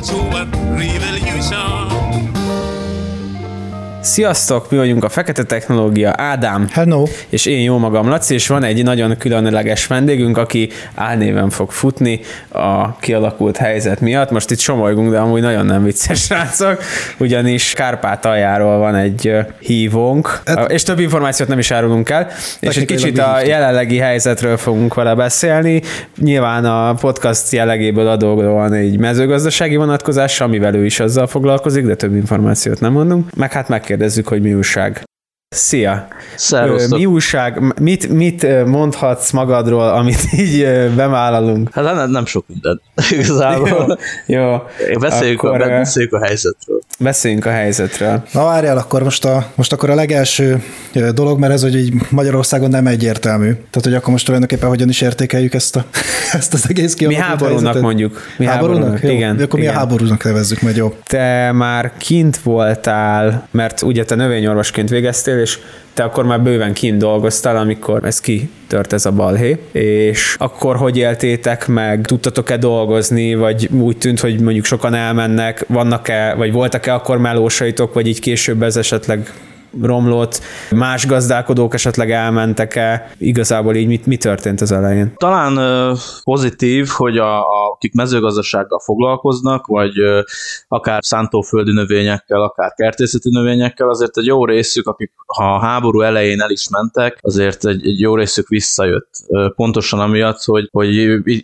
Sziasztok, mi vagyunk a Fekete Technológia, Ádám. Hello. És én jó magam, Laci, és van egy nagyon különleges vendégünk, aki álnéven fog futni a kialakult helyzet miatt. Most itt somolygunk, de amúgy nagyon nem vicces, srácok, ugyanis Kárpátaljáról van egy hívónk, és több információt nem is árulunk el, és egy kicsit a jelenlegi helyzetről fogunk vele beszélni. Nyilván a podcast jellegéből adódóan egy mezőgazdasági vonatkozás, amivel ő is azzal foglalkozik, de több információt nem mondunk. Meg hát megkérdezzük, hogy mi újság. Szia! Szervusztok. Mi újság? Mit mondhatsz magadról, amit így bemállalunk? Hát nem sok minden. Igazából. Jó. Beszéljünk a helyzetről. Beszéljünk a helyzetről. Na várjál, akkor most akkor a legelső dolog, mert ez, hogy így Magyarországon nem egyértelmű. Tehát, hogy akkor most tulajdonképpen hogyan is értékeljük ezt az egész kialakult Mi háborúnak helyzetet. mondjuk. Mi háborúnak? Jó. Igen. Akkor mi a háborúnak nevezzük meg, jó. Te már kint voltál, mert ugye te növényorvosként végeztél, és te akkor már bőven kint dolgoztál, amikor ez kitört ez a balhé, és akkor hogy éltétek meg? Tudtatok-e dolgozni, vagy úgy tűnt, hogy mondjuk sokan elmennek, vannak-e, vagy voltak-e akkor melósaitok, vagy így később ez esetleg romlott, más gazdálkodók esetleg elmentek-e? Igazából így mi történt az elején? Talán pozitív, hogy akik mezőgazdasággal foglalkoznak, vagy akár szántóföldi növényekkel, akár kertészeti növényekkel, azért egy jó részük, akik a háború elején el is mentek, azért egy jó részük visszajött. Pontosan amiatt, hogy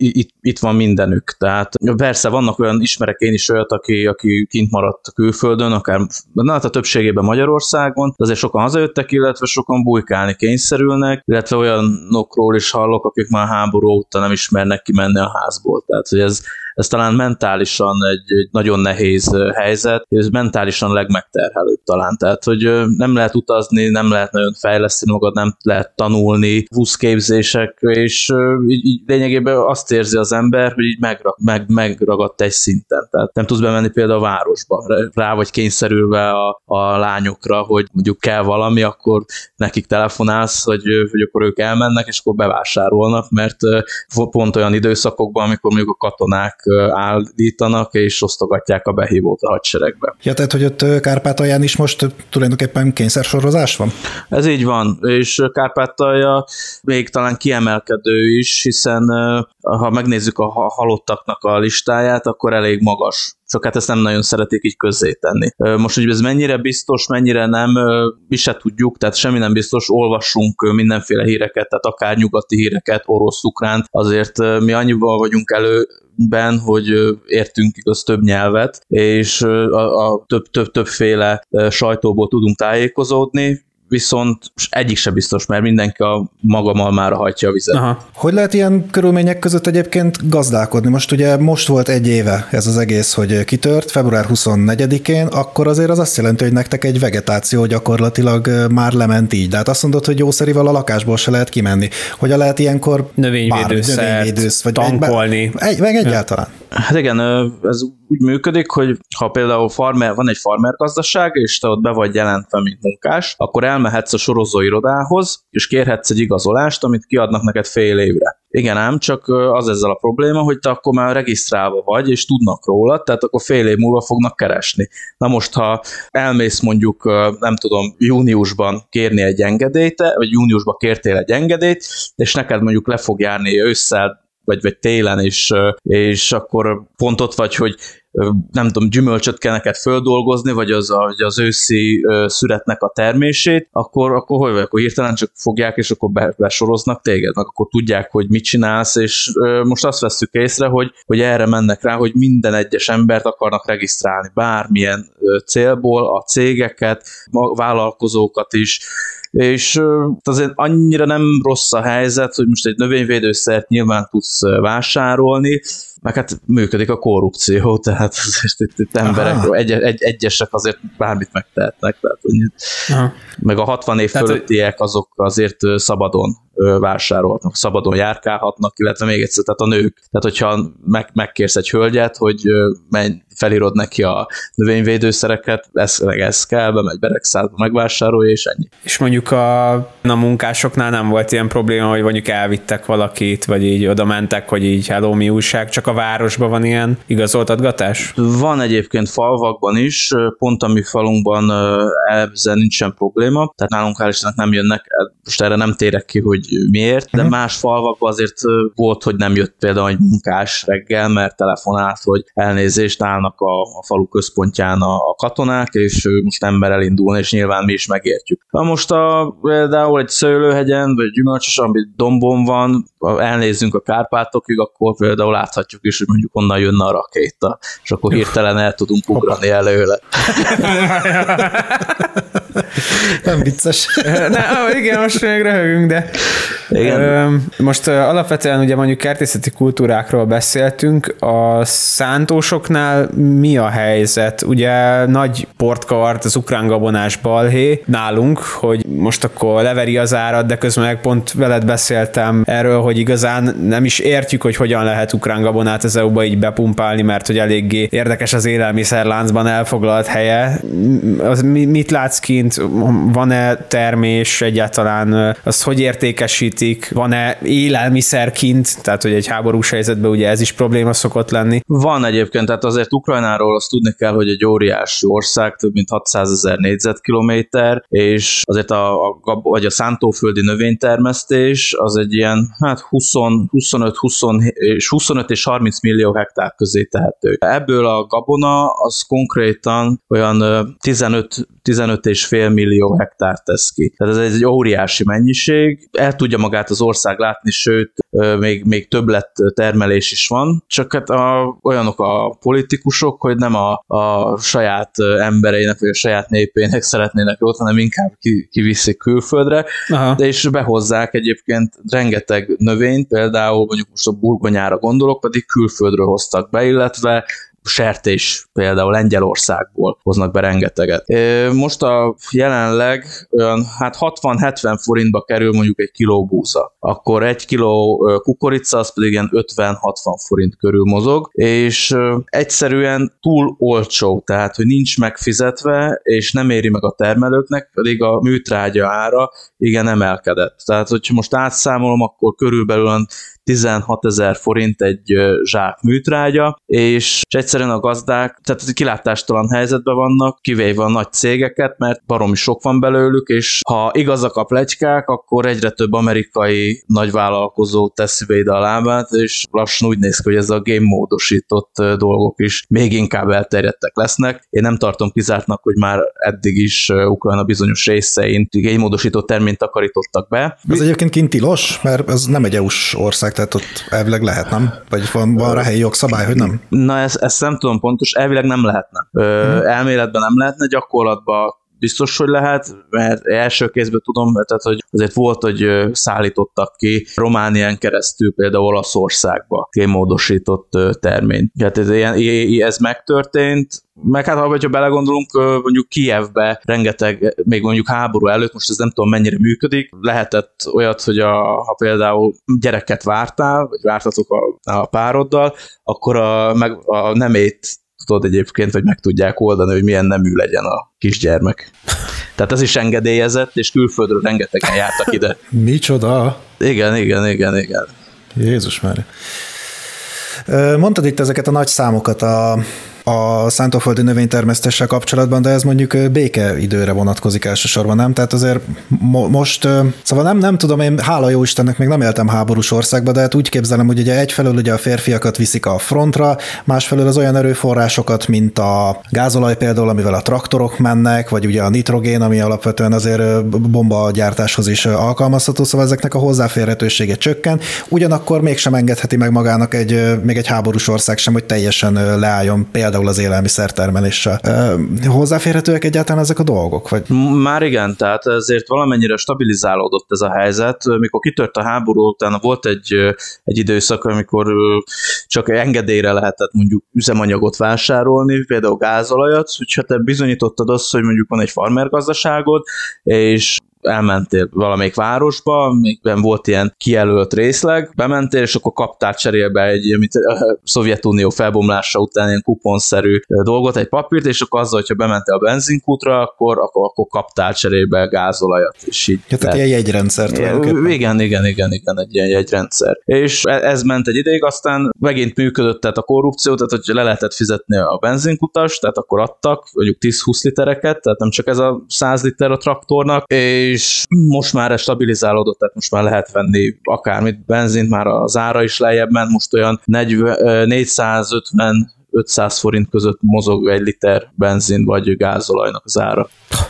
itt van mindenük. Tehát persze vannak olyan, ismerek én is olyat, aki kint maradt a külföldön, akár a többségében Magyarországon, de azért sokan hazajöttek, illetve sokan bujkálni kényszerülnek, illetve olyanokról is hallok, akik már háború óta nem ismernek kimenni a házból. Tehát, hogy ez talán mentálisan egy nagyon nehéz helyzet, és ez mentálisan legmegterhelőbb talán. Tehát, hogy nem lehet utazni, nem lehet nagyon fejleszteni magad, nem lehet tanulni, buszképzések, és így lényegében azt érzi az ember, hogy így megragadt egy szinten. Tehát nem tudsz bemenni például a városba, rá vagy kényszerülve a lányokra, hogy mondjuk kell valami, akkor nekik telefonálsz, hogy akkor ők elmennek, és akkor bevásárolnak, mert pont olyan időszakokban, amikor mondjuk a katonák állítanak, és osztogatják a behívót a hadseregbe. Ja, tehát, hogy ott Kárpátalján is most tulajdonképpen kényszersorozás van? Ez így van, és Kárpátalja még talán kiemelkedő is, hiszen ha megnézzük a halottaknak a listáját, akkor elég magas. Csak hát ezt nem nagyon szeretik így közzétenni. Most, hogy ez mennyire biztos, mennyire nem, mi se tudjuk, tehát semmi nem biztos, olvassunk mindenféle híreket, tehát akár nyugati híreket, orosz, ukrán, azért mi annyival vagyunk előben, hogy értünk igaz több nyelvet, és a többféle sajtóból tudunk tájékozódni, viszont egyik se biztos, mert mindenki a maga malmára hajtja a vizet. Aha. Hogy lehet ilyen körülmények között egyébként gazdálkodni? Most volt egy éve ez az egész, hogy kitört, február 24-én, akkor azért az azt jelenti, hogy nektek egy vegetáció gyakorlatilag már lement így. De hát azt mondod, hogy jószerivel a lakásból se lehet kimenni. Hogyan lehet ilyenkor növényvédőszert, vagy tankolni? Meg egyáltalán. Hát igen, ez úgy működik, hogy ha például van egy farmer gazdaság, és te ott be vagy jelentve, mint munkás, akkor elmehetsz a sorozóirodához, és kérhetsz egy igazolást, amit kiadnak neked fél évre. Igen ám, csak az ezzel a probléma, hogy te akkor már regisztrálva vagy, és tudnak róla, tehát akkor fél év múlva fognak keresni. Na most, ha elmész mondjuk, nem tudom, júniusban kérni egy engedélyt, vagy júniusban kértél egy engedélyt, és neked mondjuk le fog járni ősszel, vagy télen, és akkor pont ott vagy, hogy nem tudom, gyümölcsöt kell neked földolgozni, vagy az őszi szüretnek a termését, akkor hogy vagy, akkor hirtelen csak fogják, és akkor besoroznak téged, meg akkor tudják, hogy mit csinálsz, és most azt vesszük észre, hogy erre mennek rá, hogy minden egyes embert akarnak regisztrálni, bármilyen célból, a cégeket, a vállalkozókat is, és azért annyira nem rossz a helyzet, hogy most egy növényvédőszert nyilván tudsz vásárolni, meg hát működik a korrupció, tehát azért itt emberek, egyesek azért bármit megtehetnek, tehát, meg a 60 év fölöttiek azok azért szabadon vásárolhatnak, szabadon járkálhatnak, illetve még egyszer, tehát a nők. Tehát hogyha megkérsz egy hölgyet, hogy felírod neki a növényvédőszereket, ez kell, bemegy Beregszárdba, megvásárolja, és ennyi. És mondjuk a munkásoknál nem volt ilyen probléma, hogy mondjuk elvittek valakit, vagy így oda mentek, hogy így hello, mi újság, csak a városban van ilyen igazoltatgatás? Van egyébként falvakban is, pont a mi falunkban ezzel nincsen probléma, tehát nálunk hál' Istennek nem jönnek, most erre nem térek ki, hogy miért, de más falvakban azért volt, hogy nem jött például egy munkás reggel, mert telefonált, hogy elnézést, állnak a falu központján a katonák, és ő most nem mer elindulni, és nyilván mi is megértjük. Na most például egy szőlőhegyen, vagy gyümölcsös, ami dombon van, elnézzünk a Kárpátokig, akkor például láthatjuk is, hogy mondjuk onnan jönne a rakéta, és akkor hirtelen el tudunk ugrani előle. Nem vicces. Igen, most még röhögünk, de igen. Most alapvetően ugye mondjuk kertészeti kultúrákról beszéltünk, a szántósoknál mi a helyzet? Ugye nagy port kavart az ukrán gabonás balhé nálunk, hogy most akkor leveri az árat, de közben meg pont veled beszéltem erről, hogy igazán nem is értjük, hogy hogyan lehet ukrán gabonát az EU-ba így bepumpálni, mert hogy eléggé érdekes az élelmiszerláncban elfoglalt helye. Mit látsz kint? Van-e termés egyáltalán? Azt hogy értékesítik? Van-e élelmiszer kint? Tehát, hogy egy háborús helyzetben ugye ez is probléma szokott lenni. Van egyébként, tehát azért Ukrajnáról azt tudni kell, hogy egy óriási ország, több mint 600 000 négyzetkilométer, és azért a szántóföldi növénytermesztés az egy ilyen 25 és 30 millió hektár közé tehető. Ebből a gabona az konkrétan olyan 15,5 millió hektár tesz ki. Tehát ez egy óriási mennyiség, el tudja magát az ország látni, sőt, még többlet termelés is van, csak hát olyanok a politikusok, hogy nem a saját embereinek, vagy a saját népének szeretnének ott, hanem inkább kiviszik külföldre, de és behozzák egyébként rengeteg növényt, például mondjuk most a burgonyára gondolok, pedig külföldről hoztak be, illetve sertés például Lengyelországból hoznak be rengeteget. Most jelenleg olyan 60-70 forintba kerül mondjuk egy kiló búza. Akkor egy kiló kukorica, az pedig ilyen 50-60 forint körül mozog, és egyszerűen túl olcsó, tehát hogy nincs megfizetve, és nem éri meg a termelőknek, pedig a műtrágya ára igen emelkedett. Tehát, hogyha most átszámolom, akkor körülbelül 16 000 forint egy zsák műtrágya, és egyszerűen a gazdák, tehát kilátástalan helyzetben vannak, kivéve a nagy cégeket, mert baromi sok van belőlük, és ha igazak a pletykák, akkor egyre több amerikai nagyvállalkozó teszi be ide a lábát, és lassan úgy néz ki, hogy ez a game-módosított dolgok is még inkább elterjedtek lesznek. Én nem tartom kizártnak, hogy már eddig is Ukrajna bizonyos részein game-módosított terményt takarítottak be. Ez egyébként kint tilos, mert ez nem egy EU-s ország, tehát ott elvileg lehet, nem? Vagy van rá helyi jogszabály, hogy nem? Na, ezt nem tudom pontos, elvileg nem lehetne. Elméletben nem lehetne, gyakorlatban biztos, hogy lehet, mert első kézből tudom, tehát hogy azért volt, hogy szállítottak ki Románián keresztül például Olaszországba génmódosított terményt. Tehát ez megtörtént, meg hát, ha belegondolunk, mondjuk Kijevbe rengeteg, még mondjuk háború előtt, most ez nem tudom mennyire működik, lehetett olyat, hogy ha például gyereket vártál, vagy vártatok a pároddal, akkor a nemét tudod egyébként, hogy meg tudják oldani, hogy milyen nemű legyen a kisgyermek. Tehát ez is engedélyezett, és külföldről rengetegen jártak ide. Micsoda? Igen. Jézus már. Mondtad itt ezeket a nagy számokat a szántóföldi növénytermesztéssel kapcsolatban, de ez mondjuk békeidőre vonatkozik elsősorban, nem? Tehát azért most, szóval nem tudom, én hála jó Istennek még nem éltem háborús országba, de hát úgy képzelem, hogy ugye egyfelől ugye a férfiakat viszik a frontra, másfelől az olyan erőforrásokat, mint a gázolaj például, amivel a traktorok mennek, vagy ugye a nitrogén, ami alapvetően azért bombagyártáshoz is alkalmazható, szóval ezeknek a hozzáférhetősége csökken, ugyanakkor mégsem engedheti meg magának még egy háborús ország sem, hogy teljesen leálljon például az élelmiszertermeléssel. Hozzáférhetőek egyáltalán ezek a dolgok? Vagy? Már igen, tehát ezért valamennyire stabilizálódott ez a helyzet. Mikor kitört a háború, utána volt egy időszak, amikor csak engedélyre lehetett mondjuk üzemanyagot vásárolni, például gázolajat, úgyhogy te bizonyítottad azt, hogy mondjuk van egy farmergazdaságod, és elmentél valamelyik városba, mikben volt ilyen kijelölt részleg, bementél, és akkor kaptál cserébe egy, mint a Szovjetunió felbomlása után ilyen kuponszerű dolgot, egy papírt, és akkor azzal, hogyha bementél a benzinkútra, akkor kaptál cserébe gázolajat, és így. Tehát ilyen jegyrendszer tulajdonképpen. Igen, egy ilyen jegyrendszer. És ez ment egy ideig, aztán megint működött tehát a korrupció, tehát hogy le lehetett fizetni a benzinkutas, tehát akkor adtak mondjuk 10-20 litereket, tehát nem csak ez a 100 liter a traktornak, és most már ez stabilizálódott, tehát most már lehet venni akármit, benzint, már az ára is lejjebb ment, most olyan 450 500 forint között mozog egy liter benzin vagy gázolajnak az ára.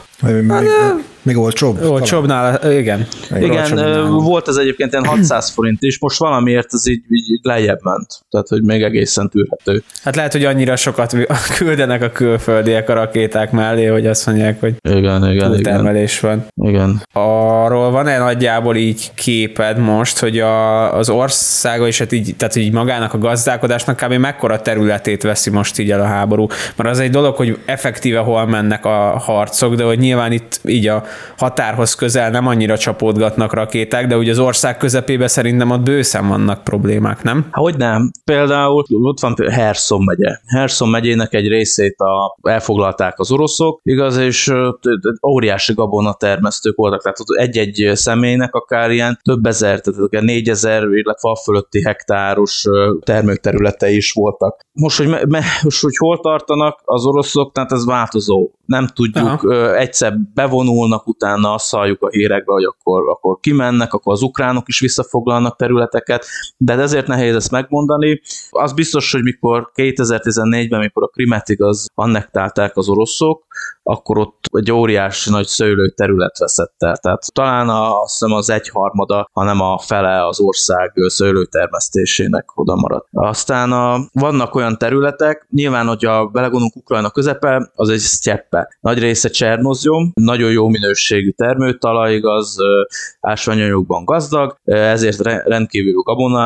Még olcsóbb? Olcsóbbnál, igen. Igen, volt ez egyébként ilyen 600 forint is, most valamiért ez így lejjebb ment, tehát hogy még egészen tűrhető. Hát lehet, hogy annyira sokat küldenek a külföldiek a rakéták mellé, hogy azt mondják, hogy túltermelés van. Igen. Arról van-e nagyjából így képed most, hogy az országa is, tehát így magának a gazdálkodásnak kb. Mekkora területét veszi most így el a háború? Mert az egy dolog, hogy effektíve hol mennek a harcok, de hogy nyilván itt így a határhoz közel nem annyira csapódgatnak rakéták, de ugye az ország közepébe szerintem ott bőszen vannak problémák, nem? Hogy nem. Például ott van Herson megye. Herson megyének egy részét elfoglalták az oroszok, igaz, és óriási gabonatermesztők voltak, tehát egy-egy személynek akár ilyen több ezer, tehát 4000, illetve fölötti hektáros termőterületei is voltak. Most, hogy hol tartanak az oroszok, tehát ez változó. Nem tudjuk, egyszer bevonulnak, utána azt halljuk a hírekbe, hogy akkor kimennek, akkor az ukránok is visszafoglalnak területeket, de ezért nehéz ezt megmondani. Az biztos, hogy mikor 2014-ben, mikor a Krimet igaz annektálták az oroszok, akkor ott egy óriási nagy szőlőterület veszett el. Tehát talán azt hiszem az 1/3, hanem a fele az ország szőlőtermesztésének oda maradt. Aztán vannak olyan területek, nyilván, hogyha belegondolunk Ukrajna közepe, az egy sztyeppe. Nagy része Csernozjom, nagyon jó minőségű termőtalaj, igaz, ásványanyagokban gazdag, ezért rendkívül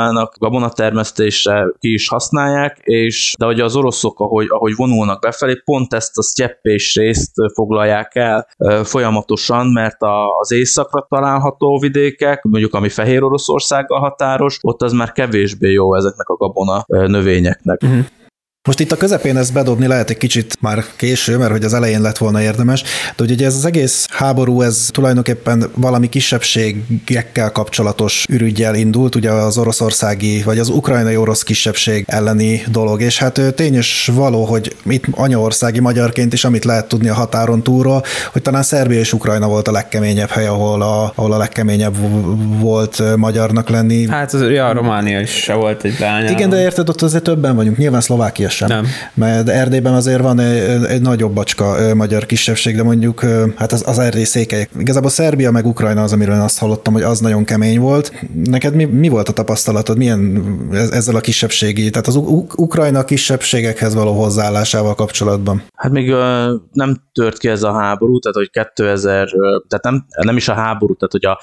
gabonatermesztésre ki is használják, de hogy az oroszok, ahogy vonulnak befelé, pont ezt a sztyeppés részt foglalják el folyamatosan, mert az északra található vidékek, mondjuk ami Fehér Oroszországgal határos, ott az már kevésbé jó ezeknek a gabona növényeknek. Uh-huh. Most itt a közepén ezt bedobni lehet egy kicsit már késő, mert hogy az elején lett volna érdemes, de ugye ez az egész háború, ez tulajdonképpen valami kisebbségekkel kapcsolatos ürüggyel indult, ugye az oroszországi, vagy az ukrajnai orosz kisebbség elleni dolog, és hát tény és való, hogy itt anyaországi magyarként is, amit lehet tudni a határon túlról, hogy talán Szerbia és Ukrajna volt a legkeményebb hely, ahol a legkeményebb volt magyarnak lenni. Hát a Románia is se volt egy lány. Igen, de érted, ott azért többen vagyunk, nyilván Szlovákia sem. Nem. Mert Erdélyben azért van egy nagyobb bacska magyar kisebbség, de mondjuk hát az erdély székelyek. Igazából Szerbia meg Ukrajna az, amiről én azt hallottam, hogy az nagyon kemény volt. Neked mi volt a tapasztalatod? Milyen ezzel a kisebbségi, tehát az Ukrajna kisebbségekhez való hozzáállásával kapcsolatban? Hát még nem tört ki ez a háború, tehát hogy 2000, tehát nem is a háború, tehát hogy a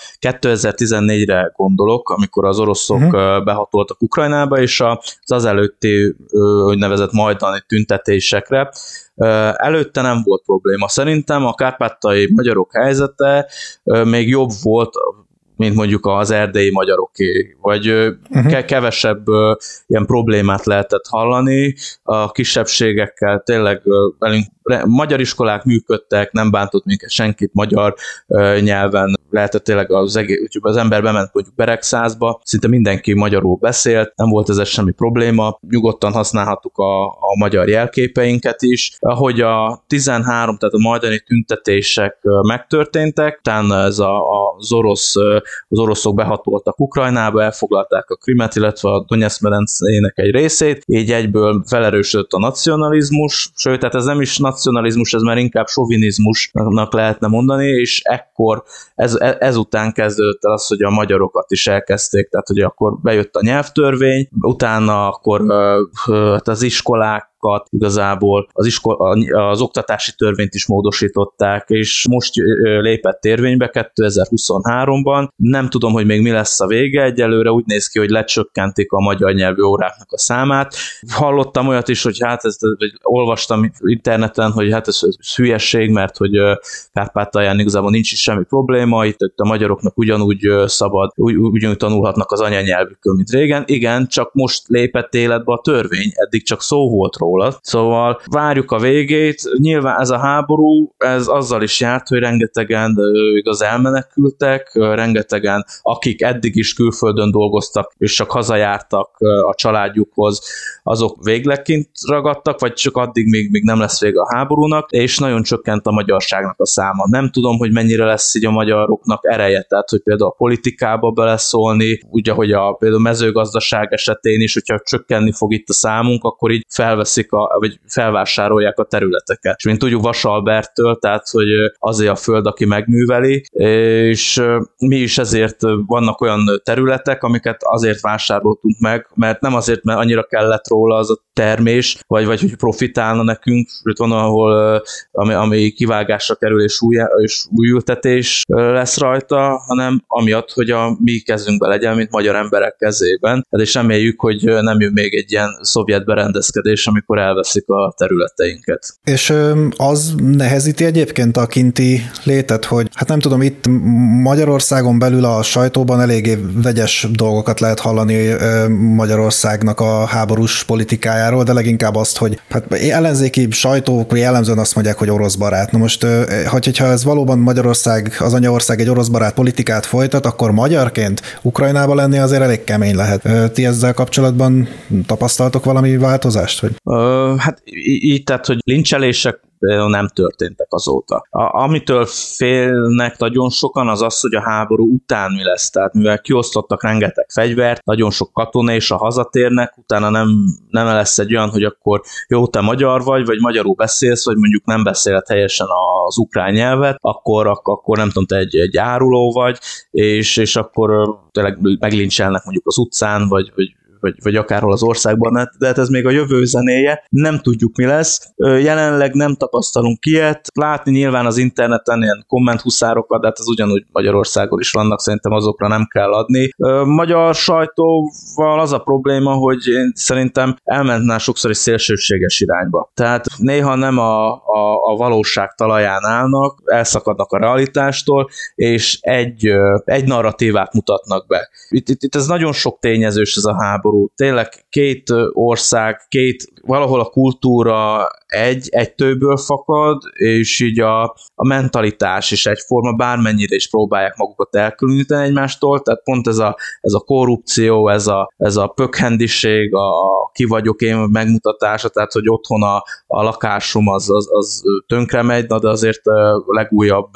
2014-re gondolok, amikor az oroszok behatoltak Ukrajnába, és az előtti úgynevezett majdani tüntetésekre. Előtte nem volt probléma. Szerintem a kárpátaljai magyarok helyzete még jobb volt, mint mondjuk az erdélyi magyaroké, vagy kevesebb ilyen problémát lehetett hallani. A kisebbségekkel tényleg velünk magyar iskolák működtek, nem bántott minket senkit magyar nyelven, lehetett tényleg az ember bement mondjuk Beregszázba, szinte mindenki magyarul beszélt, nem volt ez semmi probléma, nyugodtan használhattuk a magyar jelképeinket is. Ahogy a 13, tehát a majdani tüntetések megtörténtek, utána ez az oroszok behatoltak Ukrajnába, elfoglalták a Krimet, illetve a Donetsz-medencének egy részét, így egyből felerősödött a nacionalizmus, sőt, tehát ez nem is nacionalizmus, ez már inkább sovinizmusnak lehetne mondani, és ekkor ezután kezdődött el az, hogy a magyarokat is elkezdték, tehát hogy akkor bejött a nyelvtörvény, utána akkor az iskolák iskolákat, igazából az oktatási törvényt is módosították, és most lépett érvénybe 2023-ban. Nem tudom, hogy még mi lesz a vége, egyelőre úgy néz ki, hogy lecsökkentik a magyar nyelvű óráknak a számát. Hallottam olyat is, hogy olvastam interneten, hogy hát ez hülyesség, mert hogy Kárpátalján igazából nincs is semmi probléma, itt a magyaroknak ugyanúgy szabad, ugyanúgy tanulhatnak az anyanyelvükön, mint régen. Igen, csak most lépett életbe a törvény, eddig csak szó volt róla. Szóval várjuk a végét. Nyilván ez a háború, ez azzal is járt, hogy rengetegen igaz elmenekültek, rengetegen, akik eddig is külföldön dolgoztak, és csak hazajártak a családjukhoz, azok végleg kint ragadtak, vagy csak addig még nem lesz vége a háborúnak, és nagyon csökkent a magyarságnak a száma. Nem tudom, hogy mennyire lesz így a magyaroknak ereje, tehát hogy például a politikába beleszólni, ugye, hogy például mezőgazdaság esetén is, hogyha csökkenni fog itt a számunk, akkor így vagy felvásárolják a területeket. És mint tudjuk Vasalberttől, tehát hogy azért a föld, aki megműveli, és mi is ezért vannak olyan területek, amiket azért vásároltunk meg, mert nem azért, mert annyira kellett róla az a termés, vagy hogy profitálna nekünk, itt van, ahol ami kivágásra kerül és új ültetés lesz rajta, hanem amiatt, hogy a mi kezünkben legyen, mint magyar emberek kezében. És reméljük, hogy nem jön még egy ilyen szovjet berendezkedés, amikor elveszik a területeinket. És az nehezíti egyébként a kinti létet, hogy hát nem tudom, itt Magyarországon belül a sajtóban eléggé vegyes dolgokat lehet hallani Magyarországnak a háborús politikájáról, de leginkább azt, hogy hát ellenzéki sajtók jellemzően azt mondják, hogy orosz barát. Na most, hogyha ez valóban Magyarország, az anyaország egy orosz barát politikát folytat, akkor magyarként Ukrajnába lenni azért elég kemény lehet. Ti ezzel kapcsolatban tapasztaltok valami változást? Vagy? Hát így, tehát, hogy lincselések nem történtek azóta. Amitől félnek nagyon sokan, az az, hogy a háború után mi lesz. Tehát mivel kiosztottak rengeteg fegyvert, nagyon sok katona és a hazatérnek, utána nem lesz egy olyan, hogy akkor jó, te magyar vagy magyarul beszélsz, vagy mondjuk nem beszéled helyesen az ukrán nyelvet, akkor nem tudom, te egy áruló vagy, és akkor tényleg meglincselnek mondjuk az utcán, vagy akárhol az országban, de hát ez még a jövő zenéje, nem tudjuk, mi lesz. Jelenleg nem tapasztalunk ilyet. Látni nyilván az interneten ilyen kommenthuszárokat, de hát ez ugyanúgy Magyarországon is vannak, szerintem azokra nem kell adni. Magyar sajtóval az a probléma, hogy én szerintem elment sokszor egy szélsőséges irányba. Tehát néha nem a valóság talaján állnak, elszakadnak a realitástól, és egy narratívát mutatnak be. Itt ez nagyon sok tényezős ez a háború. Tényleg két ország, valahol a kultúra egytőből fakad, és így a mentalitás is egyforma, bármennyire is próbálják magukat elkülöníteni egymástól, tehát pont ez a korrupció, ez a pökhendiség, a ki vagyok én megmutatása, tehát hogy otthon a lakásom az tönkre megy, de azért legújabb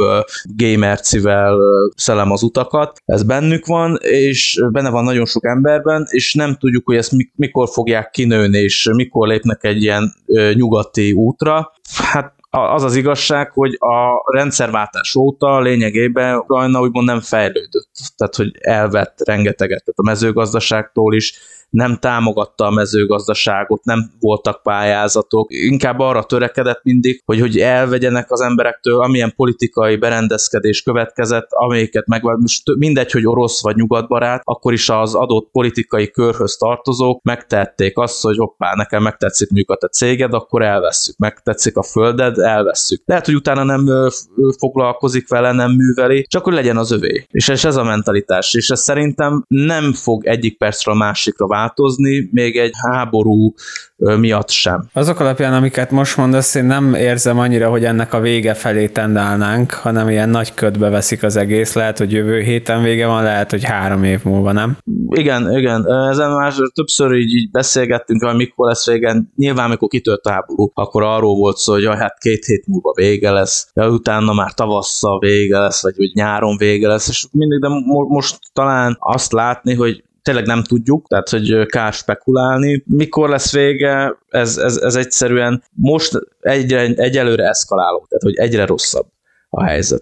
gamercivel szelem az utakat. Ez bennük van, és benne van nagyon sok emberben, és nem tudjuk, hogy ezt mikor fogják kinőni, és mikor lépnek egy ilyen nyugati útra. Hát az az igazság, hogy a rendszerváltás óta lényegében Ukrajna úgymond nem fejlődött. Tehát, hogy elvett rengeteget, tehát a mezőgazdaságtól is, nem támogatta a mezőgazdaságot, nem voltak pályázatok, inkább arra törekedett mindig, hogy elvegyenek az emberektől, amilyen politikai berendezkedés következett, amelyiket most mindegy, hogy orosz vagy nyugatbarát, akkor is az adott politikai körhöz tartozók megtették azt, hogy hoppá, nekem megtetszik mondjuk a te céged, akkor elvesszük, megtetszik a földed, elvesszük. Lehet, hogy utána nem foglalkozik vele, nem műveli, csak hogy legyen az övé. És ez a mentalitás, és ez szerintem nem fog egyik percről a másikra változni, még egy háború miatt sem. Azok alapján, amiket most mondasz, én nem érzem annyira, hogy ennek a vége felé tendálnánk, hanem ilyen nagy ködbe veszik az egész. Lehet, hogy jövő héten vége van, lehet, hogy 3 év múlva, nem? Igen. Ezen már többször így beszélgettünk, hogy mikor lesz vége. Nyilván, amikor kitört a háború, akkor arról volt szó, hogy hát 2 hét múlva vége lesz, utána már tavasszal vége lesz, vagy nyáron vége lesz, és mindig, de most talán azt látni, hogy tényleg nem tudjuk, tehát hogy kár spekulálni. Mikor lesz vége, ez egyszerűen most egyelőre eszkaláló, tehát hogy egyre rosszabb a helyzet.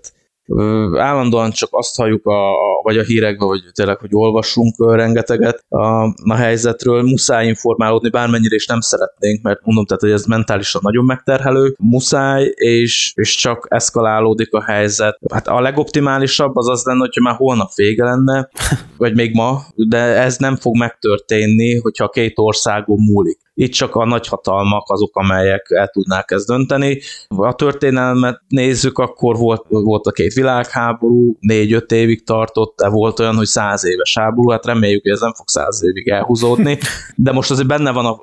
Állandóan csak azt halljuk vagy a hírekben, vagy tényleg, hogy olvassunk rengeteget a helyzetről, muszáj informálódni, bármennyire is nem szeretnénk, mert mondom, tehát, hogy ez mentálisan nagyon megterhelő, muszáj, és csak eszkalálódik a helyzet. Hát a legoptimálisabb az lenne, hogyha már holnap vége lenne, vagy még ma, de ez nem fog megtörténni, hogyha a két országon múlik. Itt csak a nagyhatalmak azok, amelyek el tudnák ezt dönteni. A történelmet nézzük, akkor volt a két világháború, 4-5 évig tartott, de volt olyan, hogy 100 éves háború, hát reméljük, hogy ez nem fog 100 évig elhúzódni, de most azért benne van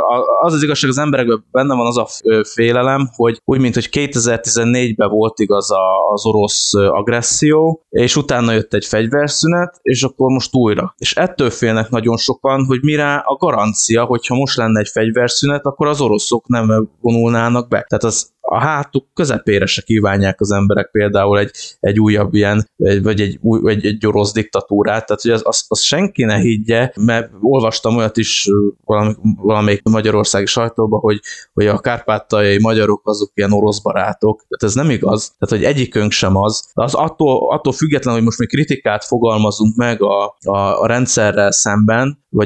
az igazság, az emberekben benne van az a félelem, hogy úgy, mint hogy 2014-ben volt igaz az orosz agresszió, és utána jött egy fegyverszünet, és akkor most újra. És ettől félnek nagyon sokan, hogy mire a garancia, hogyha most lenne egy fegyverszünet, akkor az oroszok nem vonulnának be. Tehát a hátuk közepére se kívánják az emberek például egy újabb ilyen, vagy egy orosz diktatúrát, tehát hogy az senki ne higgye, mert olvastam olyat is valamelyik magyarországi sajtóban, hogy a kárpátaljai magyarok azok ilyen orosz barátok, tehát ez nem igaz, tehát hogy egyikünk sem az, de az attól függetlenül, hogy most mi kritikát fogalmazunk meg a rendszerrel szemben, vagy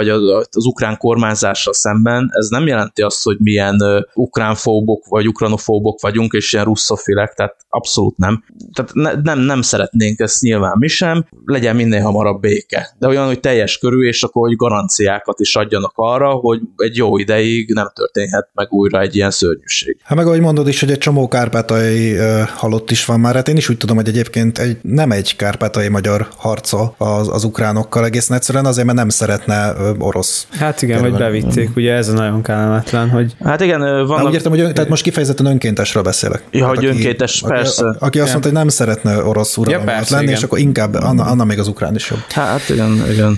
az ukrán kormányzással szemben, ez nem jelenti azt, hogy milyen ukránfóbok vagy ukranofóbok vagyunk, és ilyen russzofilek, tehát abszolút nem. Tehát nem szeretnénk ezt nyilván mi sem, legyen minél hamarabb béke. De olyan, hogy teljes körül, és akkor hogy garanciákat is adjanak arra, hogy egy jó ideig nem történhet meg újra egy ilyen szörnyűség. Hát meg ahogy mondod is, hogy egy csomó kárpátaljai halott is van már, hát én is úgy tudom, hogy egyébként nem egy kárpátaljai magyar harca az ukránokkal, egészen egyszerűen azért, mert nem szeretne orosz. Hát igen, vagy bevitték, ugye ez a nagyon kellemetlen, hogy... Hát igen, vannak... Úgy értem, hogy tehát most kifejezetten önkéntesről beszélek. Ja, hogy önkéntes, persze. Aki azt mondta, hogy nem szeretne orosz uralmat lenni, igen. És akkor inkább annak még az ukrán is jobb. Hát igen.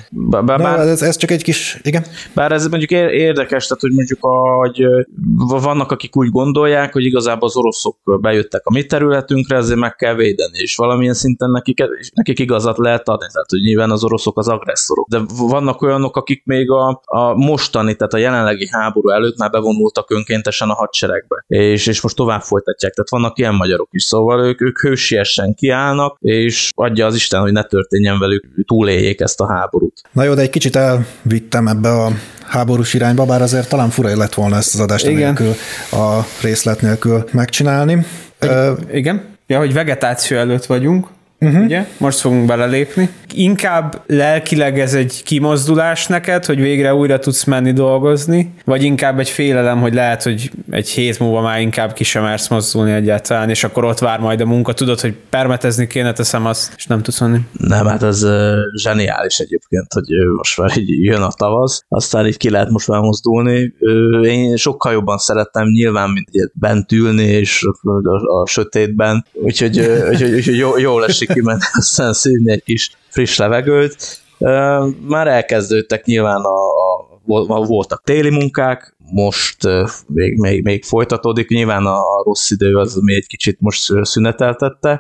Ez csak egy kis, igen. Bár ez mondjuk érdekes, tehát hogy mondjuk, hogy vannak, akik úgy gondolják, hogy igazából az oroszok bejöttek a mi területünkre, ezért meg kell védeni, és valamilyen szinten nekik igazat lehet adni, tehát hogy nyilván az oroszok az agresszorok. De vannak olyanok, akik még a mostani, tehát a jelenlegi háború előtt már bevonultak önkéntesen a hadseregbe, és most tovább folytatják, tehát vannak ilyen magyarok is, szóval ők hősiesen kiállnak, és adja az Isten, hogy ne történjen velük, túléljék ezt a háborút. Na jó, de egy kicsit elvittem ebbe a háborús irányba, bár azért talán fura lett volna ezt az adást nélkül, a részlet nélkül megcsinálni. Igen. Ja, hogy vegetáció előtt vagyunk. Ugye? Most fogunk belelépni. Inkább lelkileg ez egy kimozdulás neked, hogy végre újra tudsz menni dolgozni, vagy inkább egy félelem, hogy lehet, hogy egy hét múlva már inkább ki sem mersz mozdulni egyáltalán, és akkor ott vár majd a munka, tudod, hogy permetezni kéne, teszem azt, és nem tudsz menni. Nem, hát ez zseniális egyébként, hogy most már így jön a tavasz, aztán így ki lehet most már mozdulni. Én sokkal jobban szerettem nyilván, mint bent ülni, és a sötétben, úgyhogy jól esik kimenni, aztán szívni egy kis friss levegőt. Már elkezdődtek nyilván voltak téli munkák, most még folytatódik, nyilván a rossz idő az, ami egy kicsit most szüneteltette.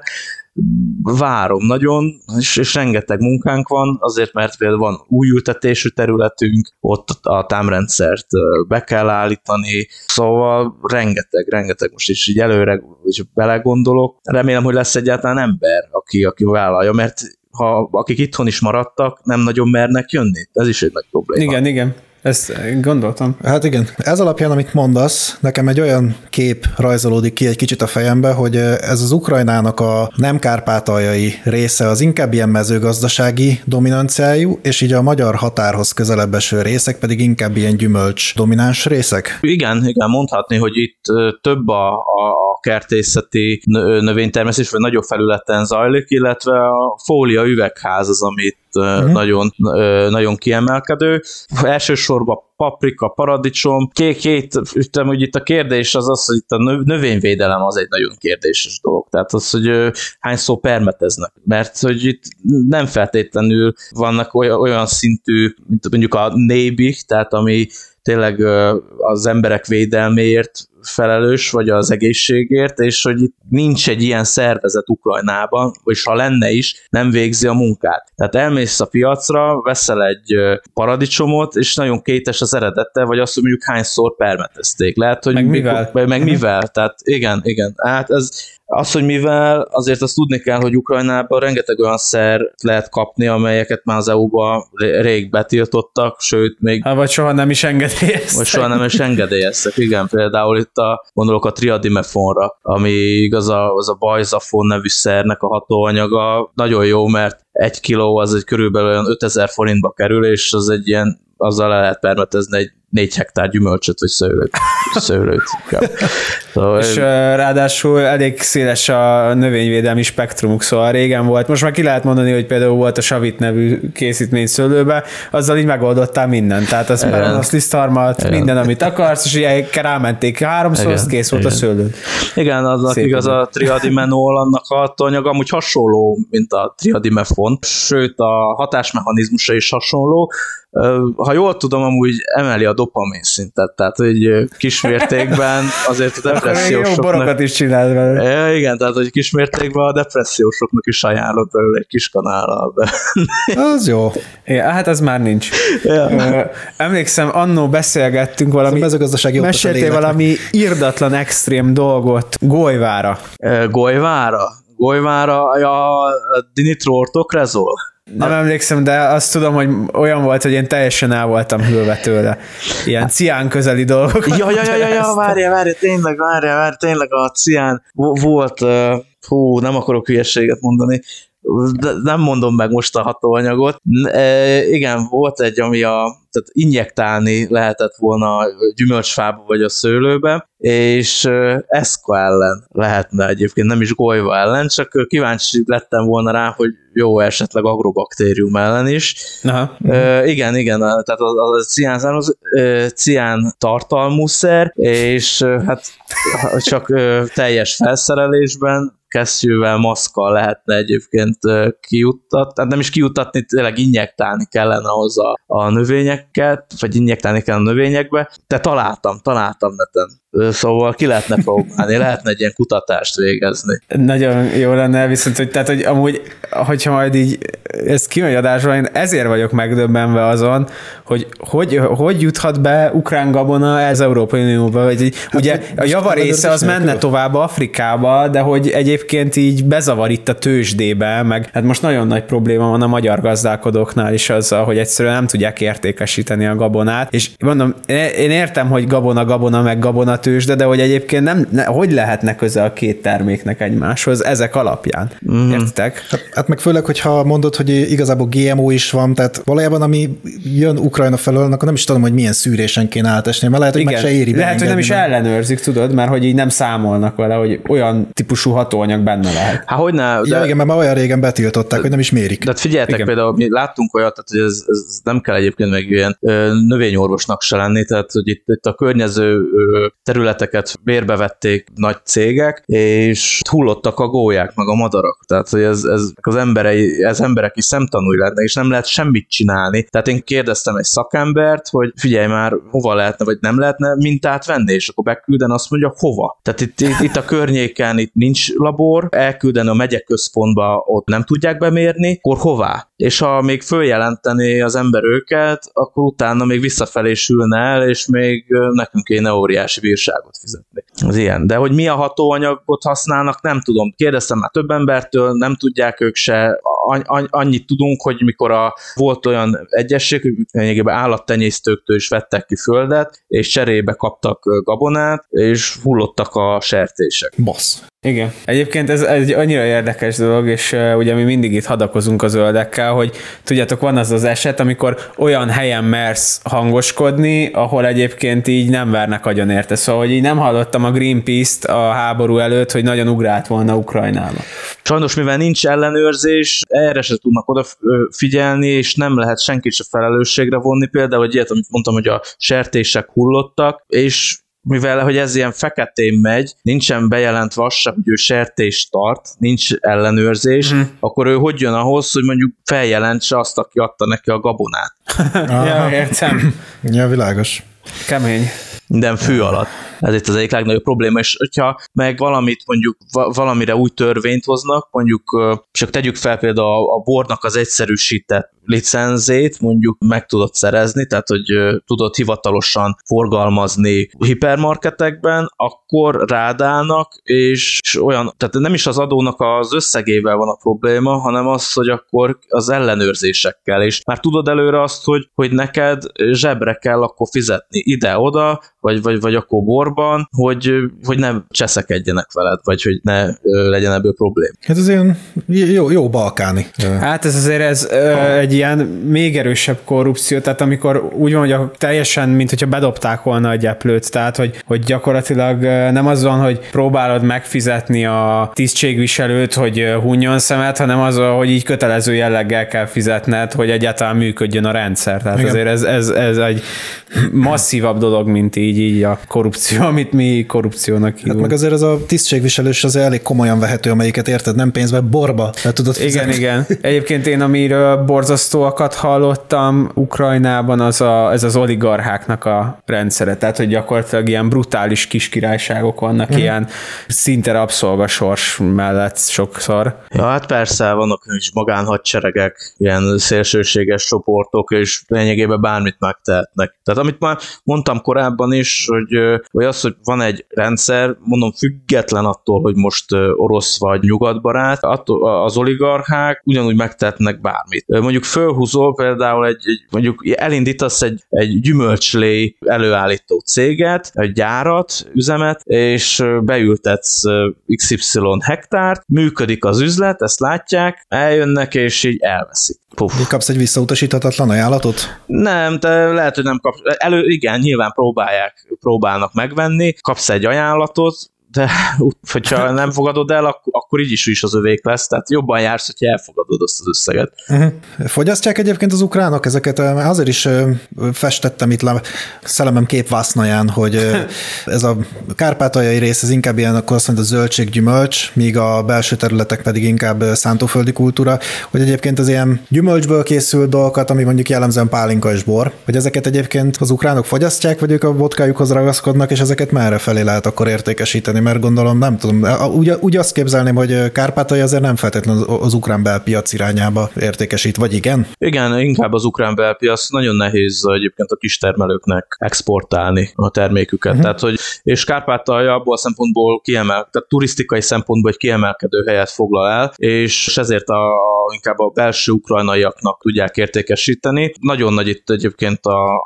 Várom nagyon, és rengeteg munkánk van, azért mert például van új ültetésű területünk, ott a támrendszert be kell állítani, szóval rengeteg most is így előre belegondolok. Remélem, hogy lesz egyáltalán ember, aki vállalja, mert akik itthon is maradtak, nem nagyon mernek jönni. Ez is egy nagy probléma. Igen. Ezt gondoltam. Hát igen. Ez alapján, amit mondasz, nekem egy olyan kép rajzolódik ki egy kicsit a fejembe, hogy ez az Ukrajnának a nem kárpátaljai része az inkább ilyen mezőgazdasági dominanciájú, és így a magyar határhoz közelebb eső részek pedig inkább ilyen gyümölcs domináns részek? Igen, mondhatni, hogy itt több a kertészeti növénytermesztés, vagy nagyobb felületen zajlik, illetve a fólia üvegház az, amit nagyon kiemelkedő. Elsősorban paprika, paradicsom. Hogy itt a kérdés az, hogy itt a növényvédelem az egy nagyon kérdéses dolog. Tehát az, hogy hányszor permeteznek. Mert hogy itt nem feltétlenül vannak olyan szintű, mint mondjuk a nébik, tehát ami tényleg az emberek védelméért felelős, vagy az egészségért, és hogy itt nincs egy ilyen szervezet Ukrajnában, és ha lenne is, nem végzi a munkát. Tehát elmész a piacra, veszel egy paradicsomot, és nagyon kétes az eredete, vagy azt, hogy mondjuk hányszor permetezték. Lehet, hogy meg mivel. Tehát igen. Hát az, hogy mivel, azért azt tudni kell, hogy Ukrajnában rengeteg olyan szer lehet kapni, amelyeket már az EU-ba rég betiltottak, sőt még... Vagy soha nem is engedélyeztek. Vagy soha nem is engedélyeztek, igen. Például itt gondolok a triadimefonra, ami igaz az a bajzafon nevű szernek a hatóanyaga. Nagyon jó, mert 1 kiló az egy körülbelül olyan 5000 forintba kerül, és az egy ilyen, azzal le lehet permetezni egy 4 hektár gyümölcsöt, vagy szőlőt. Szóval és ráadásul elég széles a növényvédelmi spektrumuk, szóval régen volt. Most már ki lehet mondani, hogy például volt a Savit nevű készítmény szőlőbe, azzal így megoldottál mindent. Tehát az peronosz lisztharmat, minden, amit akarsz, és így rámenték 3-szor, kész volt a szőlő. Igen, az igaz, a triadimenol, annak a hatóanyaga amúgy hasonló, mint a triadimefon, sőt a hatásmechanizmusa is hasonló. Ha jól tudom, amúgy emeli a dopamin szintet, tehát hogy kismértékben azért a depressziósoknak... Jó borokat is csinál vele. Ja, igen, tehát hogy kismértékben a depressziósoknak is ajánlott belőle egy kis kanállal be. Az jó. Ja, hát az már nincs. Ja. Emlékszem, annó beszélgettünk valami... Meséltél valami irdatlan extrém dolgot Golyvára. Golyvára? A dinitrortokrezol? Nem emlékszem, de azt tudom, hogy olyan volt, hogy én teljesen el voltam hűlve tőle. Ilyen cián közeli dolgok. Ja, várj, tényleg a cián volt, nem akarok hülyeséget mondani, de nem mondom meg most a hatóanyagot. Igen, volt egy, tehát injektálni lehetett volna a gyümölcsfába vagy a szőlőbe, és eszka ellen lehetne egyébként, nem is golyva ellen, csak kíváncsi lettem volna rá, hogy jó, esetleg agrobaktérium ellen is. Aha. Igen, tehát a cián tartalmú szer, és hát csak teljes felszerelésben, kesztyűvel, maszkkal lehetne egyébként kijuttatni, nem is kijuttatni, tényleg injektálni kellene ahhoz a növényeket, vagy injektálni kell a növényekbe, de találtam neten. Szóval ki lehetne próbálni, lehetne egy ilyen kutatást végezni. Nagyon jó lenne, viszont hogy amúgy, hogyha majd így ezt kimegy adásban, én ezért vagyok megdöbbenve azon, hogy juthat be ukrán gabona ez Európai Unióba, vagy ugye a javarésze az menne tovább Afrikába, de hogy egyébként így bezavar itt a tőzsdébe, meg hát most nagyon nagy probléma van a magyar gazdálkodóknál is azzal, hogy egyszerűen nem tudják értékesíteni a gabonát, és mondom, én értem, hogy gabona, meg gabona tőzsde, de hogy egyébként hogy lehetne köze a két terméknek egymáshoz ezek alapján. Értitek? Hát meg főleg, hogyha mondod, hogy igazából GMO is van, tehát valójában ami jön Ukrajna felől, akkor nem is tudom, hogy milyen szűrésen kéne átesni, mert lehet, hogy meg se éri. Lehet, hogy nem is ellenőrzik, tudod, mert hogy így nem számolnak vele, hogy olyan típusú hatóanyag benne lehet. Hát hogyne, de... Ja, igen, mert már olyan régen betiltották, hogy nem is mérik. De figyeljetek, igen. Például mi láttunk olyat, tehát, hogy ez nem kell egyébként meg ilyen növényorvosnak se lenni, tehát hogy itt a környező területeket bérbevették nagy cégek, és hullottak a gólyák, meg a madarak. Tehát, hogy ez emberek is szemtanúi lenne, és nem lehet semmit csinálni. Tehát én kérdeztem egy szakembert, hogy figyelj már, hova lehetne, vagy nem lehetne mintát venni, és akkor bekülden azt mondja, hova. Tehát itt a környéken itt nincs labor, elküldeni a megyeközpontba, ott nem tudják bemérni, akkor hová? És ha még följelenteni az ember őket, akkor utána még visszafelé sülne el, és még nekünk kéne óriási bírságot fizetni. Az ilyen. De hogy mi a hatóanyagot használnak, nem tudom. Kérdeztem már több embertől, nem tudják ők se. Annyit tudunk, hogy mikor volt olyan egyesség, hogy lényegében állattenyésztőktől is vettek ki földet, és cserébe kaptak gabonát, és hullottak a sertések. Bassz. Igen. Egyébként ez egy annyira érdekes dolog, és ugye mi mindig itt hadakozunk a zöldekkel, hogy tudjátok, van az eset, amikor olyan helyen mersz hangoskodni, ahol egyébként így nem vernek agyon érte. Szóval, hogy így nem hallottam a Greenpeace-t a háború előtt, hogy nagyon ugrált volna Ukrajnába. Sajnos, mivel nincs ellenőrzés, erre se tudnak odafigyelni, és nem lehet senkit se felelősségre vonni. Például, hogy ilyet, amit mondtam, hogy a sertések hullottak, és mivel, hogy ez ilyen feketén megy, nincsen bejelentve az sem, hogy ő sertést tart, nincs ellenőrzés, akkor ő hogy jön ahhoz, hogy mondjuk feljelentse azt, aki adta neki a gabonát. Ja, értem. Ja, világos. Kemény. minden fű alatt. Ez itt az egyik legnagyobb probléma, és hogyha meg valamit mondjuk valamire új törvényt hoznak, mondjuk csak tegyük fel például a bornak az egyszerűsített licenzét mondjuk meg tudod szerezni, tehát hogy tudod hivatalosan forgalmazni hipermarketekben, akkor rádállnak, és olyan, tehát nem is az adónak az összegével van a probléma, hanem az, hogy akkor az ellenőrzésekkel, és már tudod előre azt, hogy neked zsebre kell akkor fizetni ide-oda, vagy akkor borban, hogy ne cseszekedjenek veled, vagy hogy ne legyen ebből probléma. Hát ez ilyen jó balkáni. Hát ez azért egy ilyen még erősebb korrupció, tehát amikor úgy van, hogy teljesen, mint hogyha bedobták volna a gyeplőt, tehát hogy gyakorlatilag nem az van, hogy próbálod megfizetni a tisztségviselőt, hogy hunjon szemet, hanem az, hogy így kötelező jelleggel kell fizetned, hogy egyáltalán működjön a rendszer. Tehát igen. Azért ez egy masszívabb dolog, mint így a korrupció, amit mi korrupciónak hívunk. Hát meg azért ez a tisztségviselős azért elég komolyan vehető, amelyiket érted, nem pénzbe, borba. Tudod fizetni. Igen. Egyébként én, amiről borzasztóakat hallottam Ukrajnában, ez az oligarcháknak a rendszere. Tehát, hogy gyakorlatilag ilyen brutális kiskirályságok vannak, ilyen szinte rabszolgasors mellett sokszor. Ja, hát persze, vannak is magánhadseregek, ilyen szélsőséges csoportok, és lényegében bármit megtehetnek. Tehát amit már mondtam korábban is, hogy az, hogy van egy rendszer, mondom, független attól, hogy most orosz vagy nyugatbarát, attól az oligarchák ugyanúgy megtehetnek bármit. Mondjuk fölhúzol például mondjuk elindítasz egy gyümölcslé előállító céget, egy gyárat, üzemet, és beültetsz XY hektárt, működik az üzlet, ezt látják, eljönnek, és így elveszik. Így kapsz egy visszautasíthatatlan ajánlatot? Nem, te lehet, hogy nem kapsz. Igen, nyilván próbálnak megvenni, kapsz egy ajánlatot, de hogyha nem fogadod el, akkor így is az övék lesz, tehát jobban jársz, hogyha elfogadod azt az összeget. Fogyasztják egyébként az ukránok ezeket? Azért is festettem itt le szellemem képvásznaján, hogy ez a kárpátaljai rész, ez inkább ilyen, akkor azt mondja, zöldséggyümölcs, míg a belső területek pedig inkább szántóföldi kultúra, hogy egyébként az ilyen gyümölcsből készült dolgokat, ami mondjuk jellemzően pálinka és bor, hogy ezeket egyébként az ukránok fogyasztják, vagy ők a vodkájukhoz ragaszkodnak, és ezeket merre felé lehet akkor értékesíteni, mert gondolom, nem tudom, úgy azt képzelném, hogy Kárpátalja azért nem feltétlenül az ukrán belpiac irányába értékesít, vagy igen? Igen, inkább az ukrán belpiac, nagyon nehéz egyébként a kistermelőknek exportálni a terméküket. Tehát, és Kárpátalja abból a szempontból tehát turisztikai szempontból egy kiemelkedő helyet foglal el, és ezért inkább a belső ukrajnaiaknak tudják értékesíteni. Nagyon nagy itt egyébként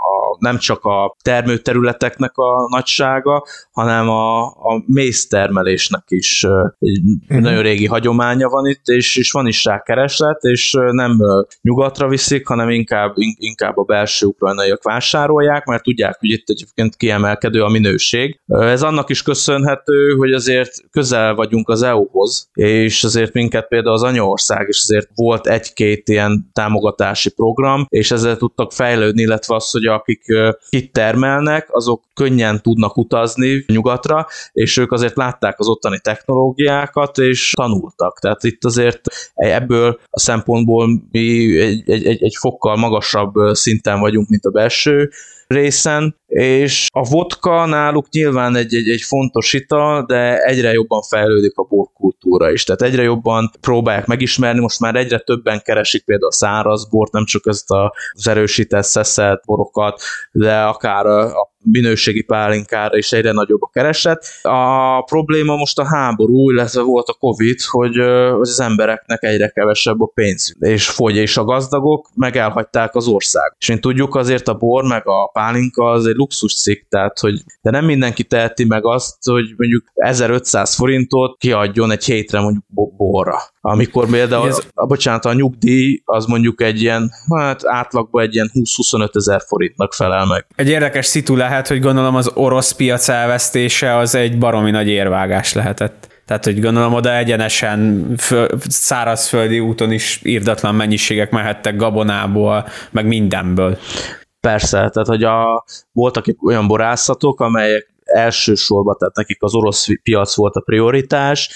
nem csak a termőterületeknek a nagysága, hanem a méztermelésnek is egy nagyon régi hagyománya van itt, és van is rá kereslet, és nem nyugatra viszik, hanem inkább a belső ukrajnaiak vásárolják, mert tudják, hogy itt egyébként kiemelkedő a minőség. Ez annak is köszönhető, hogy azért közel vagyunk az EU-hoz, és azért minket például az anyaország is azért volt egy-két ilyen támogatási program, és ezzel tudtak fejlődni, illetve az, hogy akik itt termelnek, azok könnyen tudnak utazni nyugatra, és ők azért látták az ottani technológiákat, és tanultak. Tehát itt azért ebből a szempontból mi egy fokkal magasabb szinten vagyunk, mint a belső részen, és a vodka náluk nyilván egy fontos ital, de egyre jobban fejlődik a borkultúra is, tehát egyre jobban próbálják megismerni, most már egyre többen keresik például a száraz bort, nem csak ezt az erősített, szeszelt borokat, de akár a minőségi pálinkára is egyre nagyobb a kereslet. A probléma most a háború, illetve volt a Covid, hogy az embereknek egyre kevesebb a pénz, és fogy, és a gazdagok meg elhagyták az ország. És mint tudjuk, azért a bor meg a pálinka az egy luxus cikk, tehát de nem mindenki teheti meg azt, hogy mondjuk 1500 forintot kiadjon egy hétre mondjuk borra. Amikor például, a nyugdíj az mondjuk egy ilyen, átlagban egy ilyen 20-25 ezer forintnak felel meg. Egy érdekes szitu lehet, hogy gondolom az orosz piac elvesztése az egy baromi nagy érvágás lehetett. Tehát, hogy gondolom oda egyenesen szárazföldi úton is irdatlan mennyiségek mehettek gabonából, meg mindenből. Persze, tehát hogy voltak olyan borászatok, amelyek elsősorban, tehát nekik az orosz piac volt a prioritás,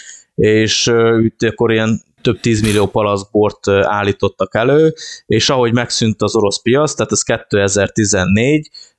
és akkor ilyen több 10 millió palack bort állítottak elő, és ahogy megszűnt az orosz piac, tehát ez 2014,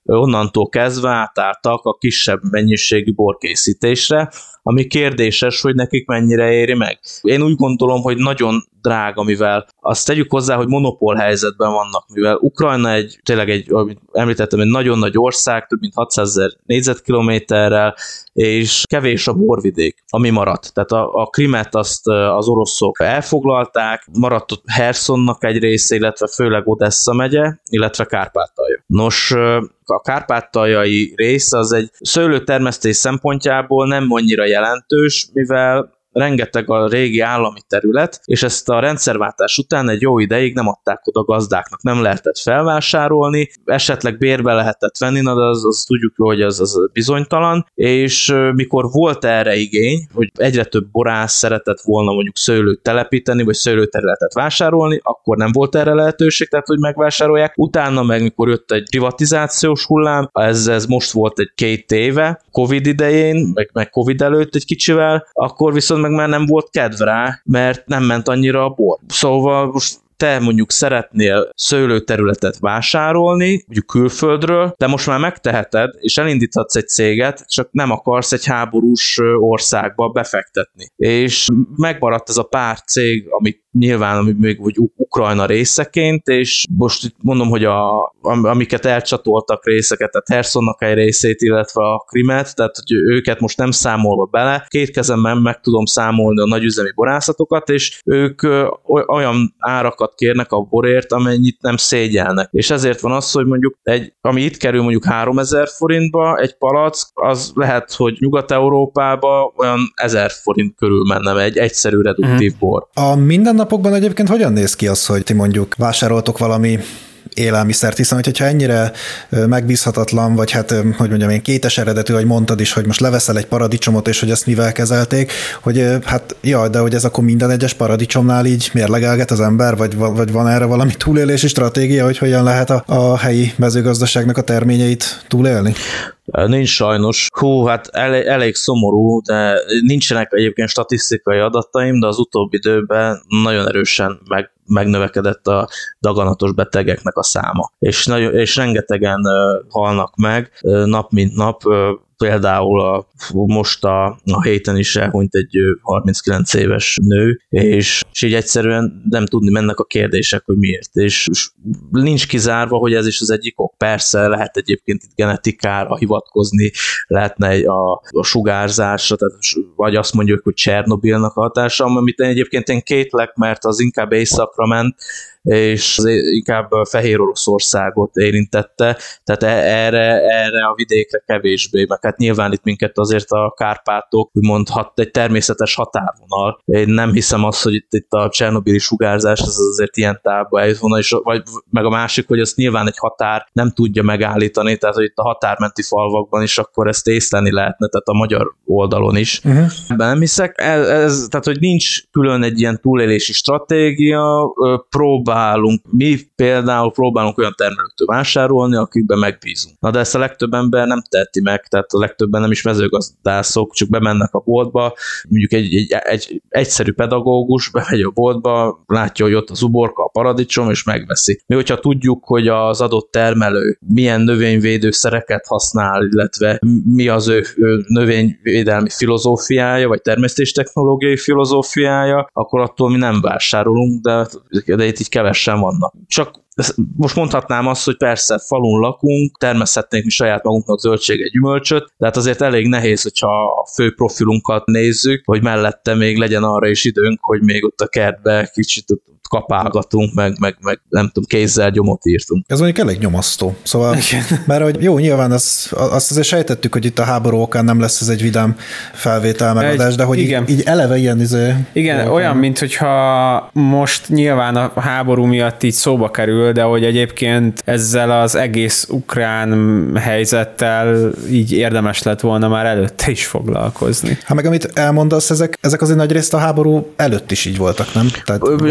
onnantól kezdve átálltak a kisebb mennyiségű borkészítésre, ami kérdéses, hogy nekik mennyire éri meg. Én úgy gondolom, hogy nagyon drága, mivel azt tegyük hozzá, hogy monopól helyzetben vannak, mivel Ukrajna tényleg ahogy említettem, egy nagyon nagy ország, több mint 600 000 négyzetkilométerrel, és kevés a borvidék, ami maradt. Tehát a Krimet azt az oroszok elfoglalták, maradt ott Hersonnak egy része, illetve főleg Odessa megye, illetve Kárpátalja. Nos, a kárpátaljai rész az egy szőlőtermesztés szempontjából nem annyira jelentős, mivel rengeteg a régi állami terület, és ezt a rendszerváltás után egy jó ideig nem adták oda gazdáknak, nem lehetett felvásárolni, esetleg bérbe lehetett venni, de az tudjuk, hogy az bizonytalan, és mikor volt erre igény, hogy egyre több borász szeretett volna mondjuk szőlőt telepíteni, vagy szőlőterületet vásárolni, akkor nem volt erre lehetőség, tehát hogy megvásárolják. Utána meg, mikor jött egy privatizációs hullám, ez most volt egy 2 éve, Covid idején, meg Covid előtt egy kicsivel, akkor viszont meg már nem volt kedv rá, mert nem ment annyira a bor. Szóval most te mondjuk szeretnél szőlőterületet vásárolni, mondjuk külföldről, de most már megteheted, és elindíthatsz egy céget, csak nem akarsz egy háborús országba befektetni. És megmaradt ez a pár cég, amit nyilván még Ukrajna részeként, és most itt mondom, hogy amiket elcsatoltak részeket, tehát Hersonnak egy részét, illetve a Krimet, tehát hogy őket most nem számolva bele, 2 kezemben meg tudom számolni a nagyüzemi borászatokat, és ők olyan árakat kérnek a borért, amennyit nem szégyelnek. És ezért van az, hogy mondjuk ami itt kerül mondjuk 3000 forintba, egy palack, az lehet, hogy Nyugat-Európába olyan 1000 forint körül menne egy egyszerű reduktív bor. A mindennapokban egyébként hogyan néz ki az, hogy ti mondjuk vásároltok valami élelmiszert, hiszen hogyha ennyire megbízhatatlan, vagy hát, hogy mondjam én, kétes eredetű, hogy mondtad is, hogy most leveszel egy paradicsomot, és hogy ezt mivel kezelték, hogy hát jaj, de hogy ez akkor minden egyes paradicsomnál így mérlegelget az ember, vagy van erre valami túlélési stratégia, hogy hogyan lehet a helyi mezőgazdaságnak a terményeit túlélni? Nincs sajnos. Hát elég szomorú, de nincsenek egyébként statisztikai adataim, de az utóbbi időben nagyon erősen megnövekedett a daganatos betegeknek a száma. És rengetegen halnak meg nap mint nap. Például most a héten is elhunyt egy 39 éves nő, és így egyszerűen nem tudni mennek a kérdések, hogy miért. És nincs kizárva, hogy ez is az egyik ok. Persze lehet egyébként itt genetikára hivatkozni, lehetne a sugárzásra, tehát, vagy azt mondjuk, hogy Csernobilnak a hatása, amit egyébként én kétlek, mert az inkább északra ment, és inkább Fehér Oroszországot érintette, tehát erre a vidékre kevésbé, meg hát nyilván itt minket azért a Kárpátok úgymond egy természetes határvonal. Én nem hiszem azt, hogy itt a csernobili sugárzás az azért ilyen távba eljut volna, vagy meg a másik, hogy azt nyilván egy határ nem tudja megállítani, tehát hogy itt a határmenti falvakban is akkor ezt észlelni lehetne, tehát a magyar oldalon is. Ebben nem hiszek. Tehát, hogy nincs külön egy ilyen túlélési stratégia, mi például próbálunk olyan termelőktől vásárolni, akikben megbízunk. Na de ezt a legtöbb ember nem teheti meg, tehát a legtöbben nem is mezőgazdászok, csak bemennek a boltba, mondjuk egy egyszerű pedagógus bemegy a boltba, látja, hogy ott az uborka, a paradicsom, és megveszi. Mi, hogyha tudjuk, hogy az adott termelő milyen növényvédőszereket használ, illetve mi az ő növényvédelmi filozófiája, vagy termesztéstechnológiai filozófiája, akkor attól mi nem vásárolunk, de itt így kevesen vannak. Csak most mondhatnám azt, hogy persze falun lakunk, termeszthetnénk mi saját magunknak zöldséget, gyümölcsöt, de hát azért elég nehéz, hogyha a fő profilunkat nézzük, hogy mellette még legyen arra is időnk, hogy még ott a kertbe kicsit kapálgatunk, meg nem tudom, kézzel gyomot írtunk. Ez mondjuk elég nyomasztó. Szóval, mert hogy jó, nyilván azt azért sejtettük, hogy itt a háború okán nem lesz ez egy vidám felvétel megadás, de hogy így eleve ilyen Igen, olyan, mint hogyha most nyilván a háború miatt így szóba kerül, de hogy egyébként ezzel az egész ukrán helyzettel így érdemes lett volna már előtte is foglalkozni. Hát meg amit elmondasz, ezek azért nagy részt a háború előtt is így voltak, nem? Tehát, sőt,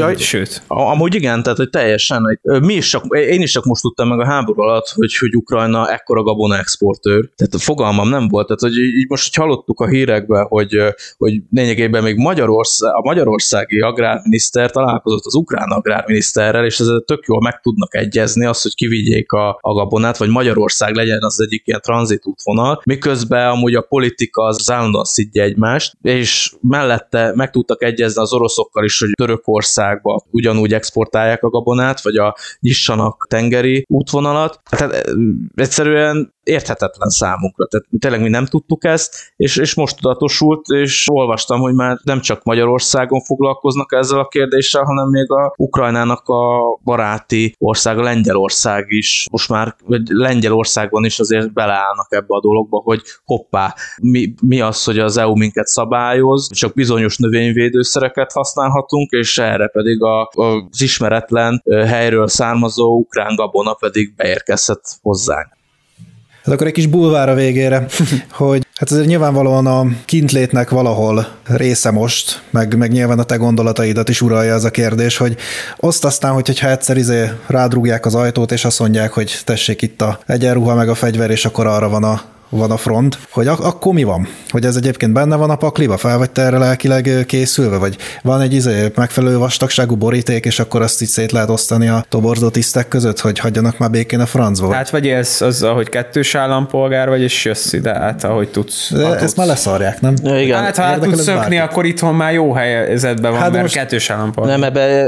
őt. Amúgy igen, tehát hogy teljesen. Én is csak most tudtam meg a háború alatt, hogy Ukrajna ekkora gabona exportőr. Tehát fogalmam nem volt. Tehát hogy így most, hogy hallottuk a hírekben, hogy lényegében még a magyarországi agrárminiszter találkozott az ukrán agrárminiszterrel, és ezzel tök jól meg tudnak egyezni azt, hogy kivigyék a gabonát, vagy Magyarország legyen az egyik ilyen tranzitútvonal, miközben amúgy a politika az állandóan szidja egymást, és mellette meg tudtak egyezni az oroszokkal is, hogy Törökországba ugyanúgy exportálják a gabonát, vagy nyissanak tengeri útvonalat. Tehát egyszerűen érthetetlen számunkra. Tehát tényleg mi nem tudtuk ezt, és most tudatosult, és olvastam, hogy már nem csak Magyarországon foglalkoznak ezzel a kérdéssel, hanem még a Ukrajnának a baráti ország, a Lengyelország is, most már Lengyelországban is azért beleállnak ebbe a dologba, hogy hoppá, mi az, hogy az EU minket szabályoz, csak bizonyos növényvédőszereket használhatunk, és erre pedig az ismeretlen helyről származó ukrán gabona pedig beérkezhet hozzánk. Hát akkor egy kis bulvár a végére, hogy hát azért nyilvánvalóan a kintlétnek valahol része most, meg nyilván a te gondolataidat is uralja az a kérdés, hogy aztán, hogyha egyszer rádrúgják az ajtót, és azt mondják, hogy tessék itt a egyenruha meg a fegyver, és akkor arra van a front, hogy akkor mi van? Hogy ez egyébként benne van a pakliba? Fel vagy te erre lelkileg készülve? Vagy van egy megfelelő vastagságú boríték, és akkor azt így szét lehet osztani a toborzó tisztek között, hogy hagyjanak már békén a francba? Hát vagy élsz azzal, hogy kettős állampolgár vagy, és jössz ide, hát ahogy tudsz. Ezt már leszarják, nem? Ja, igen. Hát ha át tudsz szökni, akkor itthon már jó helyzetben van, mert kettős állampolgár. Nem, ebbe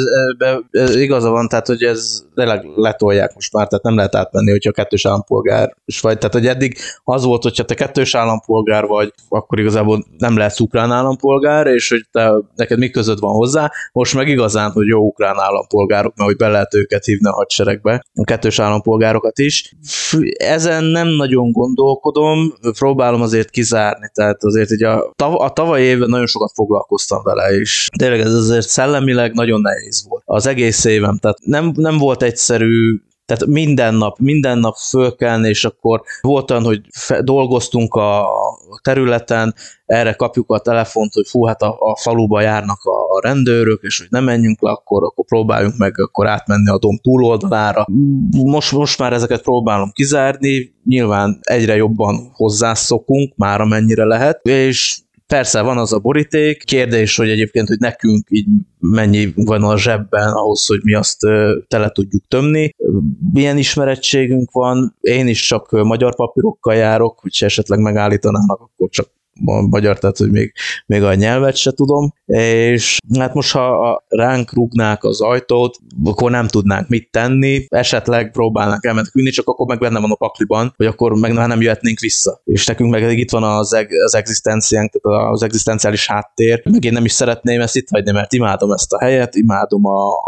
igaza van, tehát hogy ez letolják most már, tehát nem lehet átmenni, hogyha kettős állampolgár is vagy. Tehát hogy eddig az volt, hogyha te kettős állampolgár vagy, akkor igazából nem lehetsz ukrán állampolgár, és hogy neked mi között van hozzá. Most meg igazán, hogy jó ukrán állampolgárok, mert hogy be lehet őket hívni a hadseregbe, a kettős állampolgárokat is. Ezen nem nagyon gondolkodom, próbálom azért kizárni, tehát azért így a tavalyi évben nagyon sokat foglalkoztam vele, és tényleg ez azért szellemileg nagyon nehéz volt. Az egész évem, tehát nem volt egyszerű. Tehát minden nap fölkelni, és akkor volt olyan, hogy dolgoztunk a területen, erre kapjuk a telefont, hogy fú, hát a faluba járnak a rendőrök, és hogy nem menjünk le, akkor próbáljunk meg akkor átmenni a dom túloldalára. Most már ezeket próbálom kizárni, nyilván egyre jobban hozzászokunk, már amennyire lehet, és persze van az a boríték, kérdés, hogy egyébként, hogy nekünk így mennyi van a zsebben ahhoz, hogy mi azt tele tudjuk tömni. Milyen ismerettségünk van, én is csak magyar papírokkal járok, hogy esetleg megállítanának, akkor csak magyar, tehát hogy még a nyelvet se tudom, és hát most ha ránk rúgnák az ajtót, akkor nem tudnánk mit tenni, esetleg próbálnánk elmenekülni, csak akkor meg benne van a pakliban, hogy akkor meg nem jöhetnénk vissza. És nekünk meg itt van az egzisztenciánk, tehát az egzisztenciális háttér, meg én nem is szeretném ezt itt hagyni, mert imádom ezt a helyet, imádom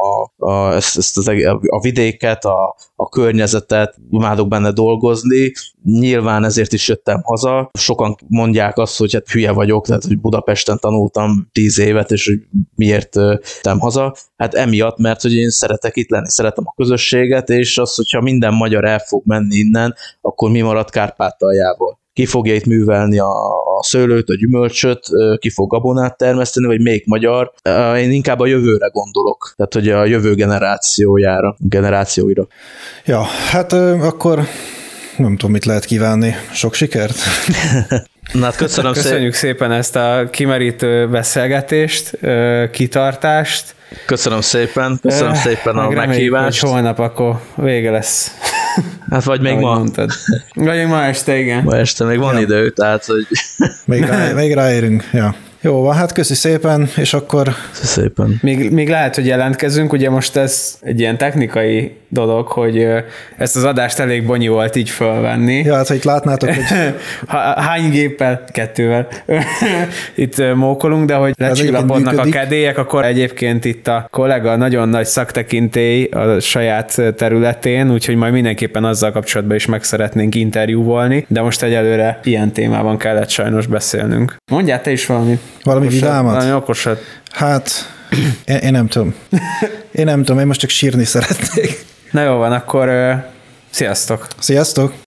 a vidéket, a környezetet, imádok benne dolgozni, nyilván ezért is jöttem haza. Sokan mondják azt, hogy hát hülye vagyok, tehát hogy Budapesten tanultam 10 évet, és hogy miért jöttem haza. Hát emiatt, mert hogy én szeretek itt lenni, szeretem a közösséget, és az, hogyha minden magyar el fog menni innen, akkor mi marad Kárpátaljából? Ki fogja itt művelni a szőlőt, a gyümölcsöt, ki fog gabonát termeszteni, vagy még magyar. Én inkább a jövőre gondolok, tehát hogy a jövő generációira. Ja, hát akkor nem tudom, mit lehet kívánni. Sok sikert! Na, hát Köszönjük szépen ezt a kimerítő beszélgetést, kitartást. Köszönöm szépen a meghívást. Hogy holnap akkor vége lesz. Hát vagy még ma. Mondtad. Vagy még ma este, igen. Ma este még van idő, tehát hogy... Még ráérünk, ja. Jó van, hát köszi szépen, és akkor... Szépen. Még lehet, hogy jelentkezünk, ugye most ez egy ilyen technikai dolog, hogy ezt az adást elég bonyi volt így fölvenni. Ja, hát ha itt látnátok, hogy... Hány géppel? 2-vel. Itt mókolunk, de hogy lecsillapodnak a kedélyek, akkor egyébként itt a kollega nagyon nagy szaktekintély a saját területén, úgyhogy majd mindenképpen azzal kapcsolatban is meg szeretnénk interjúvolni, de most egyelőre ilyen témában kellett sajnos beszélnünk. Mondjál te is valamit. Valami vidámat? Valami okosat. Hát, én nem tudom. Én most csak sírni szeretnék. Na jó van, akkor sziasztok! Sziasztok!